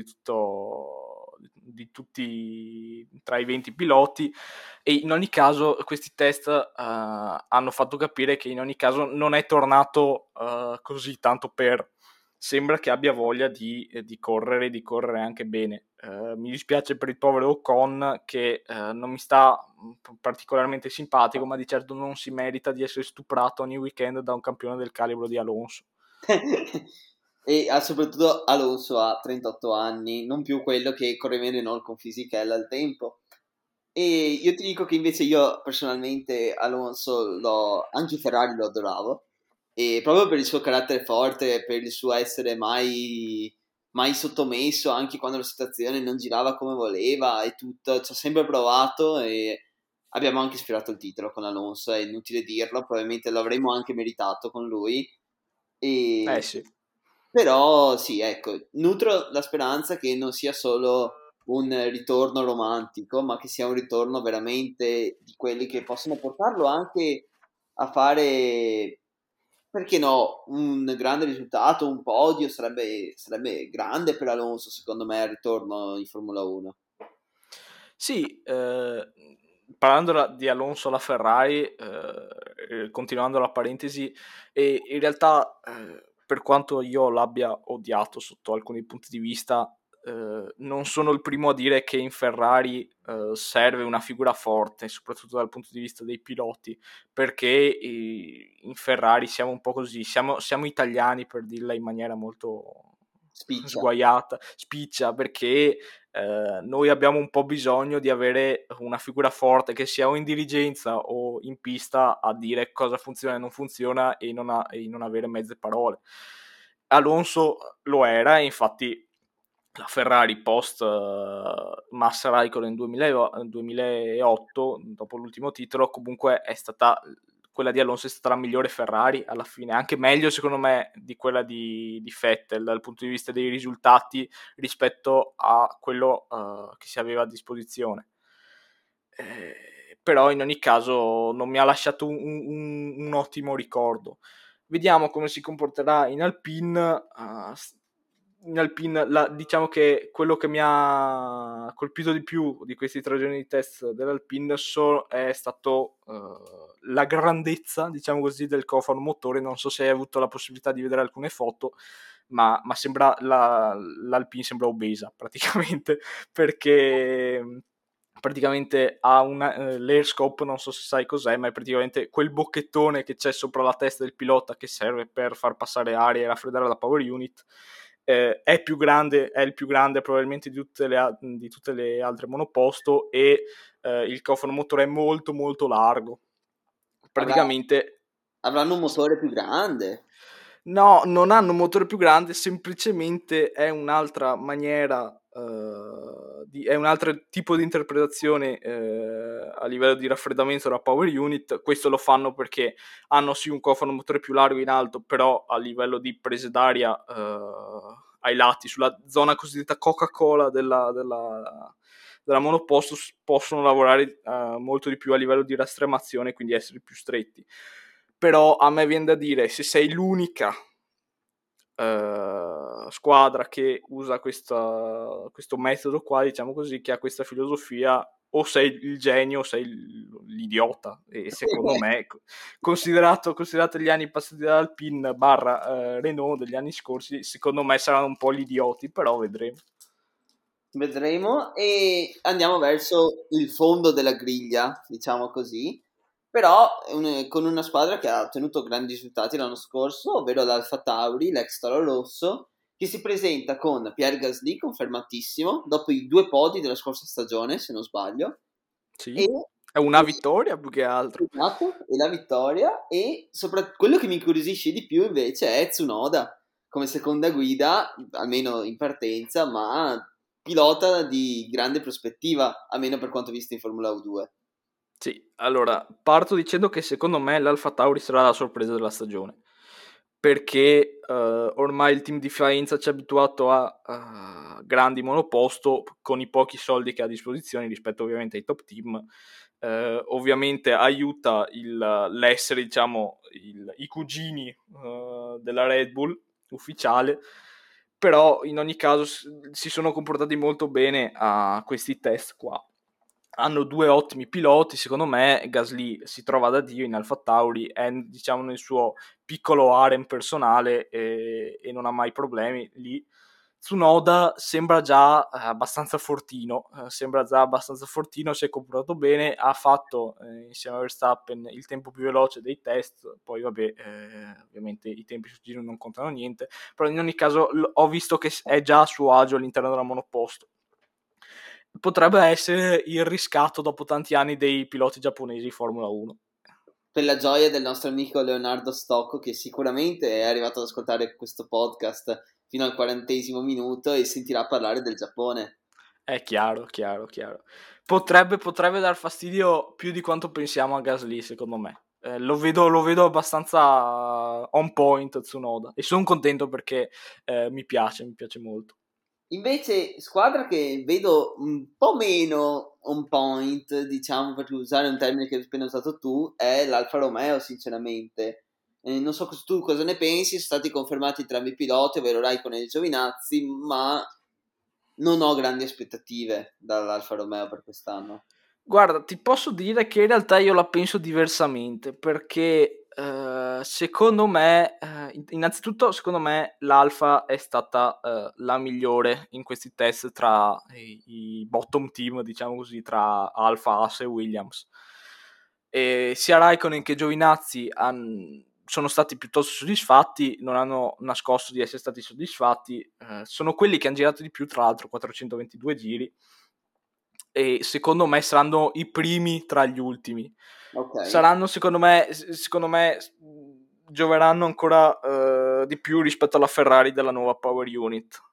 di tutti tra i 20 piloti, e in ogni caso questi test hanno fatto capire che in ogni caso non è tornato così tanto per... Sembra che abbia voglia di correre anche bene. Mi dispiace per il povero Ocon che non mi sta particolarmente simpatico, ma di certo non si merita di essere stuprato ogni weekend da un campione del calibro di Alonso. E soprattutto Alonso ha 38 anni, non più quello che correva in Renault con Fisichella al tempo. E io ti dico che invece io personalmente Alonso, anche Ferrari lo adoravo, e proprio per il suo carattere forte, per il suo essere mai sottomesso, anche quando la situazione non girava come voleva e tutto, ci ha sempre provato e abbiamo anche sfiorato il titolo con Alonso, è inutile dirlo, probabilmente l'avremmo anche meritato con lui. E Sì. però sì, ecco, nutro la speranza che non sia solo un ritorno romantico, ma che sia un ritorno veramente di quelli che possono portarlo anche a fare, perché no, un grande risultato, un podio, sarebbe grande per Alonso, secondo me, il ritorno in Formula 1. Sì, parlando di Alonso alla Ferrari, continuando la parentesi, in realtà per quanto io l'abbia odiato sotto alcuni punti di vista, non sono il primo a dire che in Ferrari serve una figura forte, soprattutto dal punto di vista dei piloti, perché in Ferrari siamo un po' così, siamo italiani, per dirla in maniera molto Spiccia. sguaiata, spiccia, perché noi abbiamo un po' bisogno di avere una figura forte che sia o in dirigenza o in pista a dire cosa funziona e non funziona e non avere mezze parole. Alonso lo era, e infatti la Ferrari post Massa Raikkonen nel 2008, dopo l'ultimo titolo, comunque è stata quella di Alonso è stata la migliore Ferrari alla fine, anche meglio secondo me di quella di Vettel dal punto di vista dei risultati rispetto a quello che si aveva a disposizione. Però in ogni caso non mi ha lasciato un ottimo ricordo. Vediamo come si comporterà in Alpine. In Alpine diciamo che quello che mi ha colpito di più di questi 3 giorni di test dell'Alpine è stato la grandezza, diciamo così, del cofano motore. Non so se hai avuto la possibilità di vedere alcune foto, ma sembra l'Alpine sembra obesa praticamente, perché praticamente ha l'airscope, non so se sai cos'è, ma è praticamente quel bocchettone che c'è sopra la testa del pilota che serve per far passare aria e raffreddare la power unit. È il più grande probabilmente di tutte le altre monoposto, e il cofano motore è molto molto largo. Avrà- Praticamente Avranno un motore più grande. no, non hanno un motore più grande, semplicemente è un'altra maniera, è un altro tipo di interpretazione a livello di raffreddamento della power unit. Questo lo fanno perché hanno sì un cofano motore più largo in alto, però a livello di prese d'aria ai lati, sulla zona cosiddetta Coca-Cola della monoposto, possono lavorare molto di più a livello di rastremazione, quindi essere più stretti. Però a me viene da dire, se sei l'unica squadra che usa questo metodo qua, diciamo così, che ha questa filosofia, o sei il genio o sei l'idiota. E secondo me, considerato gli anni passati dall'Alpine barra Renault degli anni scorsi, secondo me saranno un po' gli idioti, però vedremo. Vedremo e andiamo verso il fondo della griglia, diciamo così, però con una squadra che ha ottenuto grandi risultati l'anno scorso, ovvero l'Alfa Tauri, l'ex Toro Rosso, che si presenta con Pierre Gasly confermatissimo dopo i 2 podi della scorsa stagione, se non sbaglio, Sì, e, è una vittoria più che altro. esatto, e la vittoria, e quello che mi incuriosisce di più invece è Tsunoda, come seconda guida, almeno in partenza, ma pilota di grande prospettiva, almeno per quanto visto in Formula 2. Sì, allora parto dicendo che secondo me l'Alfa Tauri sarà la sorpresa della stagione, perché ormai il team di Faenza ci ha abituato a grandi monoposto con i pochi soldi che ha a disposizione rispetto ovviamente ai top team. Ovviamente aiuta l'essere, diciamo, i cugini della Red Bull ufficiale, però in ogni caso si sono comportati molto bene a questi test qua. Hanno due ottimi piloti, secondo me Gasly si trova da Dio in AlphaTauri, è, diciamo, nel suo piccolo harem personale e non ha mai problemi lì. Tsunoda sembra già abbastanza fortino, si è comportato bene, ha fatto insieme a Verstappen il tempo più veloce dei test, poi vabbè, ovviamente i tempi sul giro non contano niente, però in ogni caso ho visto che è già a suo agio all'interno della monoposto. Potrebbe essere il riscatto dopo tanti anni dei piloti giapponesi di Formula 1. Per la gioia del nostro amico Leonardo Stocco, che sicuramente è arrivato ad ascoltare questo podcast fino al 40° minuto e sentirà parlare del Giappone. È chiaro. Potrebbe dar fastidio più di quanto pensiamo a Gasly, secondo me. Lo vedo abbastanza on point Tsunoda e sono contento perché mi piace molto. Invece, squadra che vedo un po' meno on point, diciamo, per usare un termine che hai appena usato tu, è l'Alfa Romeo, sinceramente. Non so tu cosa ne pensi, sono stati confermati entrambi i piloti, ovvero Raikkonen e Giovinazzi, ma non ho grandi aspettative dall'Alfa Romeo per quest'anno. Guarda, ti posso dire che in realtà io la penso diversamente, perché secondo me, innanzitutto secondo me l'Alfa è stata la migliore in questi test tra i bottom team, diciamo così, tra Alfa, Haas e Williams. E sia Raikkonen che Giovinazzi sono stati piuttosto soddisfatti, non hanno nascosto di essere stati soddisfatti, sono quelli che hanno girato di più, tra l'altro 422 giri, e secondo me saranno i primi tra gli ultimi. Ok. Saranno secondo me gioveranno ancora di più rispetto alla Ferrari della nuova Power Unit,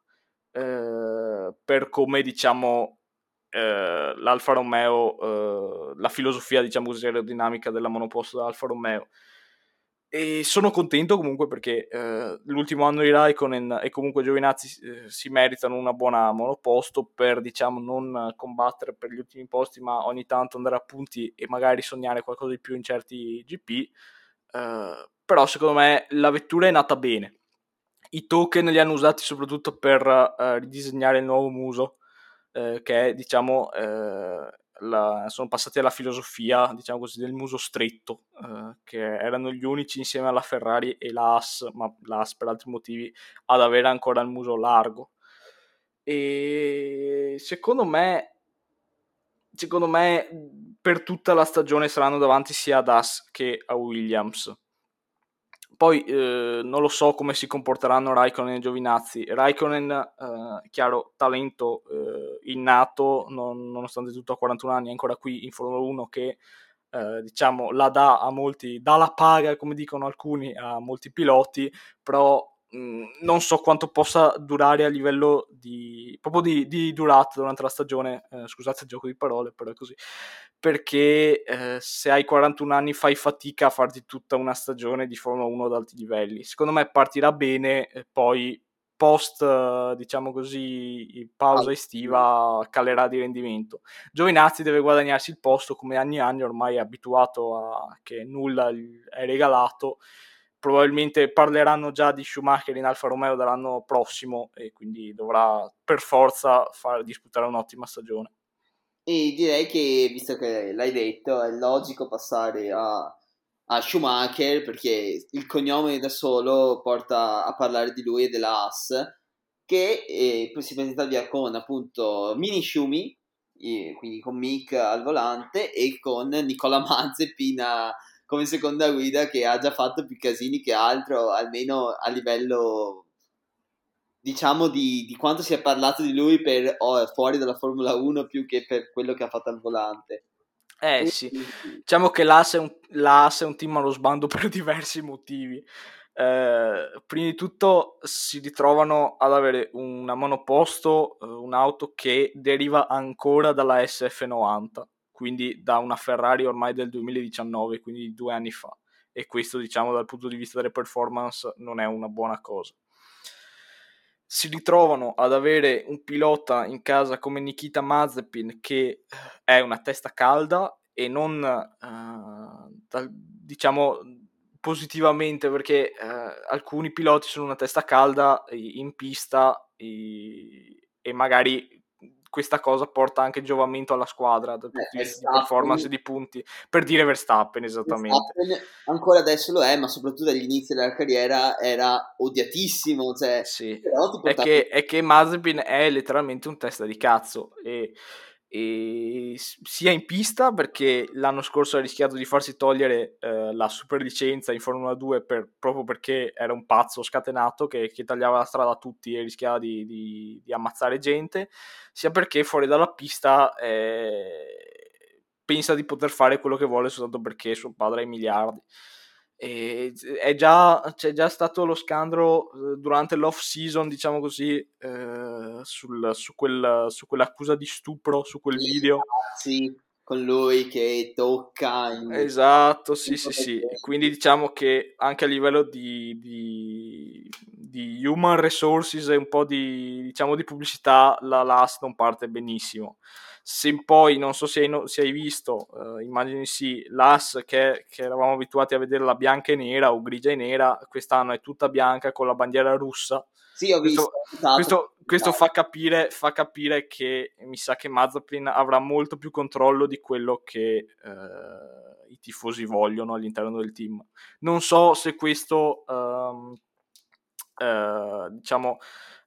per come, diciamo, l'Alfa Romeo, la filosofia, diciamo così, aerodinamica della monoposto dell'Alfa Romeo. E sono contento comunque perché l'ultimo anno di Raikkonen e comunque Giovinazzi si meritano una buona monoposto per, diciamo, non combattere per gli ultimi posti, ma ogni tanto andare a punti e magari sognare qualcosa di più in certi GP. Però secondo me la vettura è nata bene. I token li hanno usati soprattutto per ridisegnare il nuovo muso, che è, diciamo, sono passati alla filosofia, diciamo così, del muso stretto, che erano gli unici insieme alla Ferrari e la Haas, ma la Haas per altri motivi, ad avere ancora il muso largo. E secondo me per tutta la stagione saranno davanti sia ad Haas che a Williams. Poi non lo so come si comporteranno Raikkonen e Giovinazzi. Raikkonen, chiaro, talento innato, nonostante tutto a 41 anni, è ancora qui in Formula 1 che diciamo la dà a molti, dà la paga, come dicono alcuni, a molti piloti, però non so quanto possa durare a livello proprio di durata durante la stagione, scusate il gioco di parole, però è così, perché se hai 41 anni fai fatica a farti tutta una stagione di Formula 1 ad alti livelli. Secondo me partirà bene, poi post, diciamo così, pausa estiva calerà di rendimento. Giovinazzi deve guadagnarsi il posto, come anni e anni ormai è abituato a che nulla è regalato. Probabilmente parleranno già di Schumacher in Alfa Romeo dall'anno prossimo e quindi dovrà per forza disputare un'ottima stagione. E direi che, visto che l'hai detto, è logico passare a Schumacher, perché il cognome da solo porta a parlare di lui e della Haas, che si presenta via con appunto Mini Schumi, quindi con Mick al volante, e con Nicola Mazepin come seconda guida, che ha già fatto più casini che altro, almeno a livello, diciamo, di quanto si è parlato di lui fuori dalla Formula 1 più che per quello che ha fatto al volante. Sì, diciamo che l'AS è un team allo sbando per diversi motivi. Prima di tutto si ritrovano ad avere una monoposto, un'auto che deriva ancora dalla SF90, quindi da una Ferrari ormai del 2019, quindi 2 anni fa, e questo, diciamo, dal punto di vista delle performance non è una buona cosa. Si ritrovano ad avere un pilota in casa come Nikita Mazepin, che è una testa calda, e non diciamo positivamente, perché alcuni piloti sono una testa calda in pista, e magari questa cosa porta anche giovamento alla squadra dal punto di vista di performance e di punti, per dire Verstappen, esattamente. Verstappen ancora adesso lo è, ma soprattutto agli inizi della carriera era odiatissimo, cioè, Sì, però ti è portava... che Mazepin è letteralmente un testa di cazzo, e sia in pista, perché l'anno scorso ha rischiato di farsi togliere la superlicenza in Formula 2 proprio perché era un pazzo scatenato che tagliava la strada a tutti e rischiava di ammazzare gente, sia perché fuori dalla pista pensa di poter fare quello che vuole soltanto perché suo padre ha i miliardi. E c'è già stato lo scandalo durante l'off season, diciamo così, su quell'accusa di stupro, su quel video. Sì, con lui che tocca Esatto, sì, in sì, poche sì. cose. Quindi diciamo che anche a livello di human resources e un po' diciamo, di pubblicità, la LAS non parte benissimo. Se poi, non so se hai visto, immagini sì, l'AS che eravamo abituati a vedere la bianca e nera o grigia e nera, quest'anno è tutta bianca con la bandiera russa. Sì, ho visto, Questo, ho notato. questo fa capire che mi sa che Mazepin avrà molto più controllo di quello che i tifosi vogliono all'interno del team. Non so se questo, diciamo,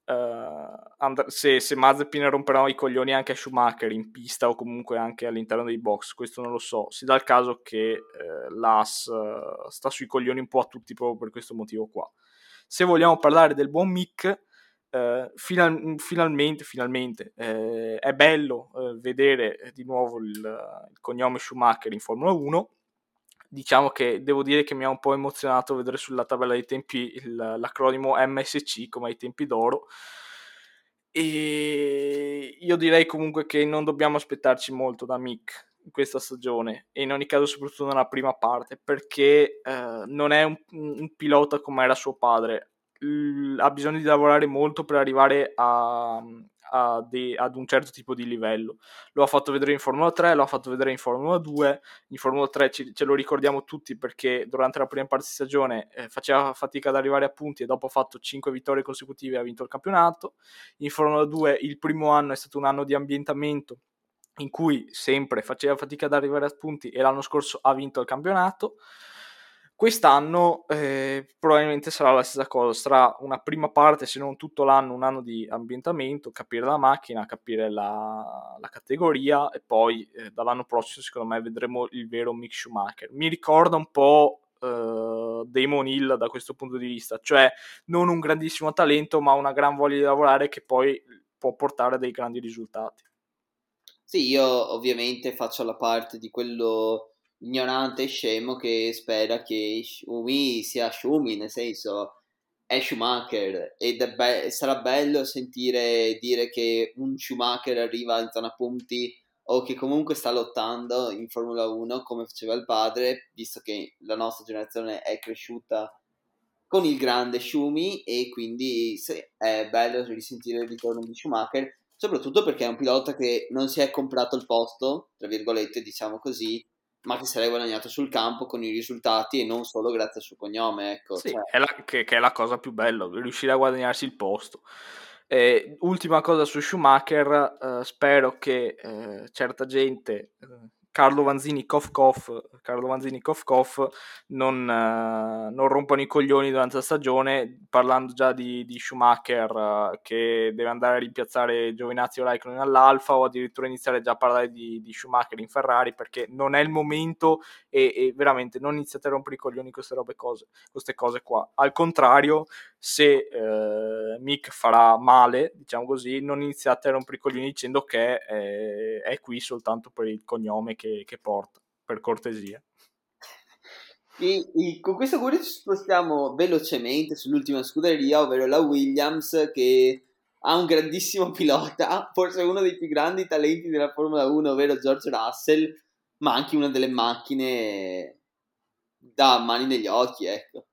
se Mazepin romperà i coglioni anche a Schumacher in pista o comunque anche all'interno dei box, questo non lo so. Si dà il caso che l'AS sta sui coglioni un po' a tutti proprio per questo motivo qua. Se vogliamo parlare del buon Mick, finalmente è bello vedere di nuovo il cognome Schumacher in Formula 1. Diciamo che devo dire che mi ha un po' emozionato vedere sulla tabella dei tempi l'acronimo MSC come ai tempi d'oro, e io direi comunque che non dobbiamo aspettarci molto da Mick in questa stagione, e in ogni caso soprattutto nella prima parte, perché non è un pilota come era suo padre. Ha bisogno di lavorare molto per arrivare ad un certo tipo di livello. Lo ha fatto vedere in Formula 3, lo ha fatto vedere in Formula 2. In Formula 3 ce lo ricordiamo tutti perché durante la prima parte di stagione faceva fatica ad arrivare a punti, e dopo ha fatto 5 vittorie consecutive e ha vinto il campionato. In Formula 2 il primo anno è stato un anno di ambientamento in cui sempre faceva fatica ad arrivare a punti, e l'anno scorso ha vinto il campionato. Quest'anno probabilmente sarà la stessa cosa, sarà una prima parte, se non tutto l'anno, un anno di ambientamento, capire la macchina, capire la categoria, e poi dall'anno prossimo secondo me vedremo il vero Mick Schumacher. Mi ricorda un po' Damon Hill da questo punto di vista, cioè non un grandissimo talento ma una gran voglia di lavorare che poi può portare a dei grandi risultati. Sì, io ovviamente faccio la parte di quello ignorante e scemo che spera che Schumi sia Schumi, nel senso è Schumacher, ed sarà bello sentire dire che un Schumacher arriva in zona punti o che comunque sta lottando in Formula 1 come faceva il padre, visto che la nostra generazione è cresciuta con il grande Schumi, e quindi sì, è bello risentire il ritorno di Schumacher, soprattutto perché è un pilota che non si è comprato il posto, tra virgolette, diciamo così, ma che se l'è guadagnato sul campo con i risultati e non solo grazie al suo cognome, ecco. Sì, Cioè, che è la cosa più bella, riuscire a guadagnarsi il posto. Ultima cosa su Schumacher, spero che certa gente, Carlo Vanzini Carlo Vanzini non rompano i coglioni durante la stagione, parlando già di Schumacher che deve andare a rimpiazzare Giovinazzi o Raikkonen all'Alfa, o addirittura iniziare già a parlare di Schumacher in Ferrari, perché non è il momento, e veramente non iniziate a rompere i coglioni con queste cose qua. Al contrario, se Mick farà male, diciamo così, non iniziate a rompere i coglioni dicendo che è qui soltanto per il cognome che porta, per cortesia. Con questo giro ci spostiamo velocemente sull'ultima scuderia, ovvero la Williams, che ha un grandissimo pilota, forse uno dei più grandi talenti della Formula 1, ovvero George Russell, ma anche una delle macchine da mani negli occhi, ecco.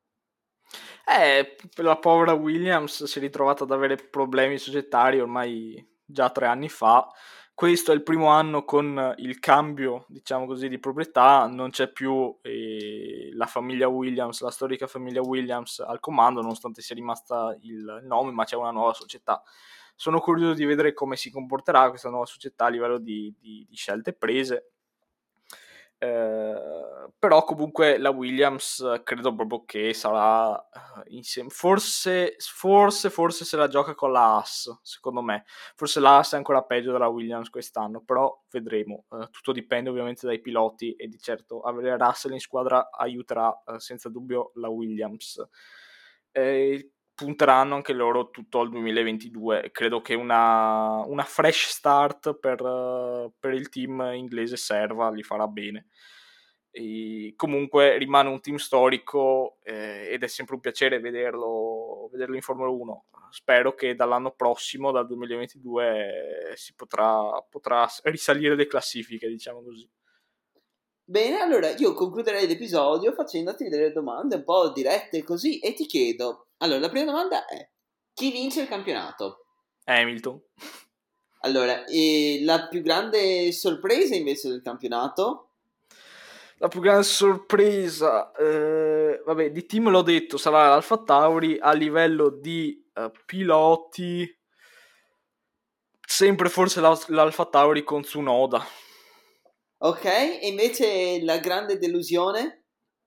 La povera Williams si è ritrovata ad avere problemi societari ormai già 3 anni fa. Questo è il primo anno con il cambio, diciamo così, di proprietà, non c'è più la famiglia Williams, la storica famiglia Williams al comando, nonostante sia rimasta il nome, ma c'è una nuova società. Sono curioso di vedere come si comporterà questa nuova società a livello di scelte prese. Però comunque la Williams credo proprio che sarà insieme, forse se la gioca con la Haas, secondo me. Forse la Haas è ancora peggio della Williams quest'anno, però vedremo. Tutto dipende ovviamente dai piloti e di certo avere Russell in squadra aiuterà senza dubbio la Williams. Punteranno anche loro tutto al 2022. Credo che una fresh start per il team inglese serva, li farà bene. E comunque rimane un team storico ed è sempre un piacere vederlo in Formula 1. Spero che dall'anno prossimo, dal 2022, si potrà risalire le classifiche, diciamo così. Bene, allora io concluderei l'episodio facendoti delle domande un po' dirette così e ti chiedo, allora la prima domanda è, chi vince il campionato? Hamilton. Allora, la più grande sorpresa invece del campionato? La più grande sorpresa, vabbè, di team l'ho detto, sarà l'Alfa Tauri. A livello di piloti, sempre forse l'Alfa Tauri con Tsunoda. Ok, e invece la grande delusione?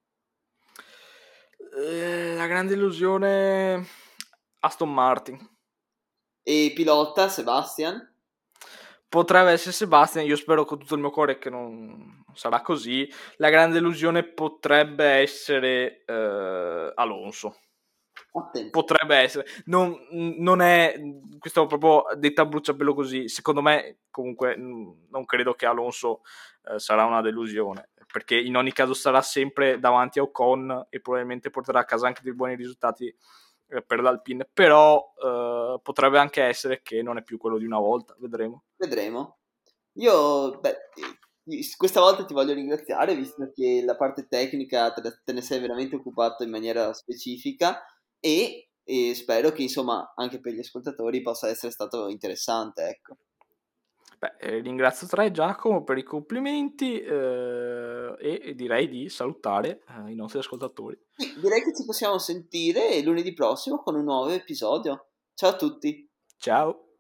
La grande illusione, Aston Martin. E pilota, Sebastian? Potrebbe essere Sebastian, io spero con tutto il mio cuore che non sarà così. La grande illusione potrebbe essere Alonso. Attenzione. Potrebbe essere, non è, questo proprio detta a bruciapelo così, secondo me comunque non credo che Alonso sarà una delusione, perché in ogni caso sarà sempre davanti a Ocon e probabilmente porterà a casa anche dei buoni risultati per l'Alpine, però potrebbe anche essere che non è più quello di una volta, vedremo. Vedremo. Io, questa volta ti voglio ringraziare, visto che la parte tecnica te ne sei veramente occupato in maniera specifica e spero che, insomma, anche per gli ascoltatori possa essere stato interessante, ecco. Beh, ringrazio te Giacomo per i complimenti e direi di salutare i nostri ascoltatori. Sì, direi che ci possiamo sentire lunedì prossimo con un nuovo episodio. Ciao a tutti! Ciao!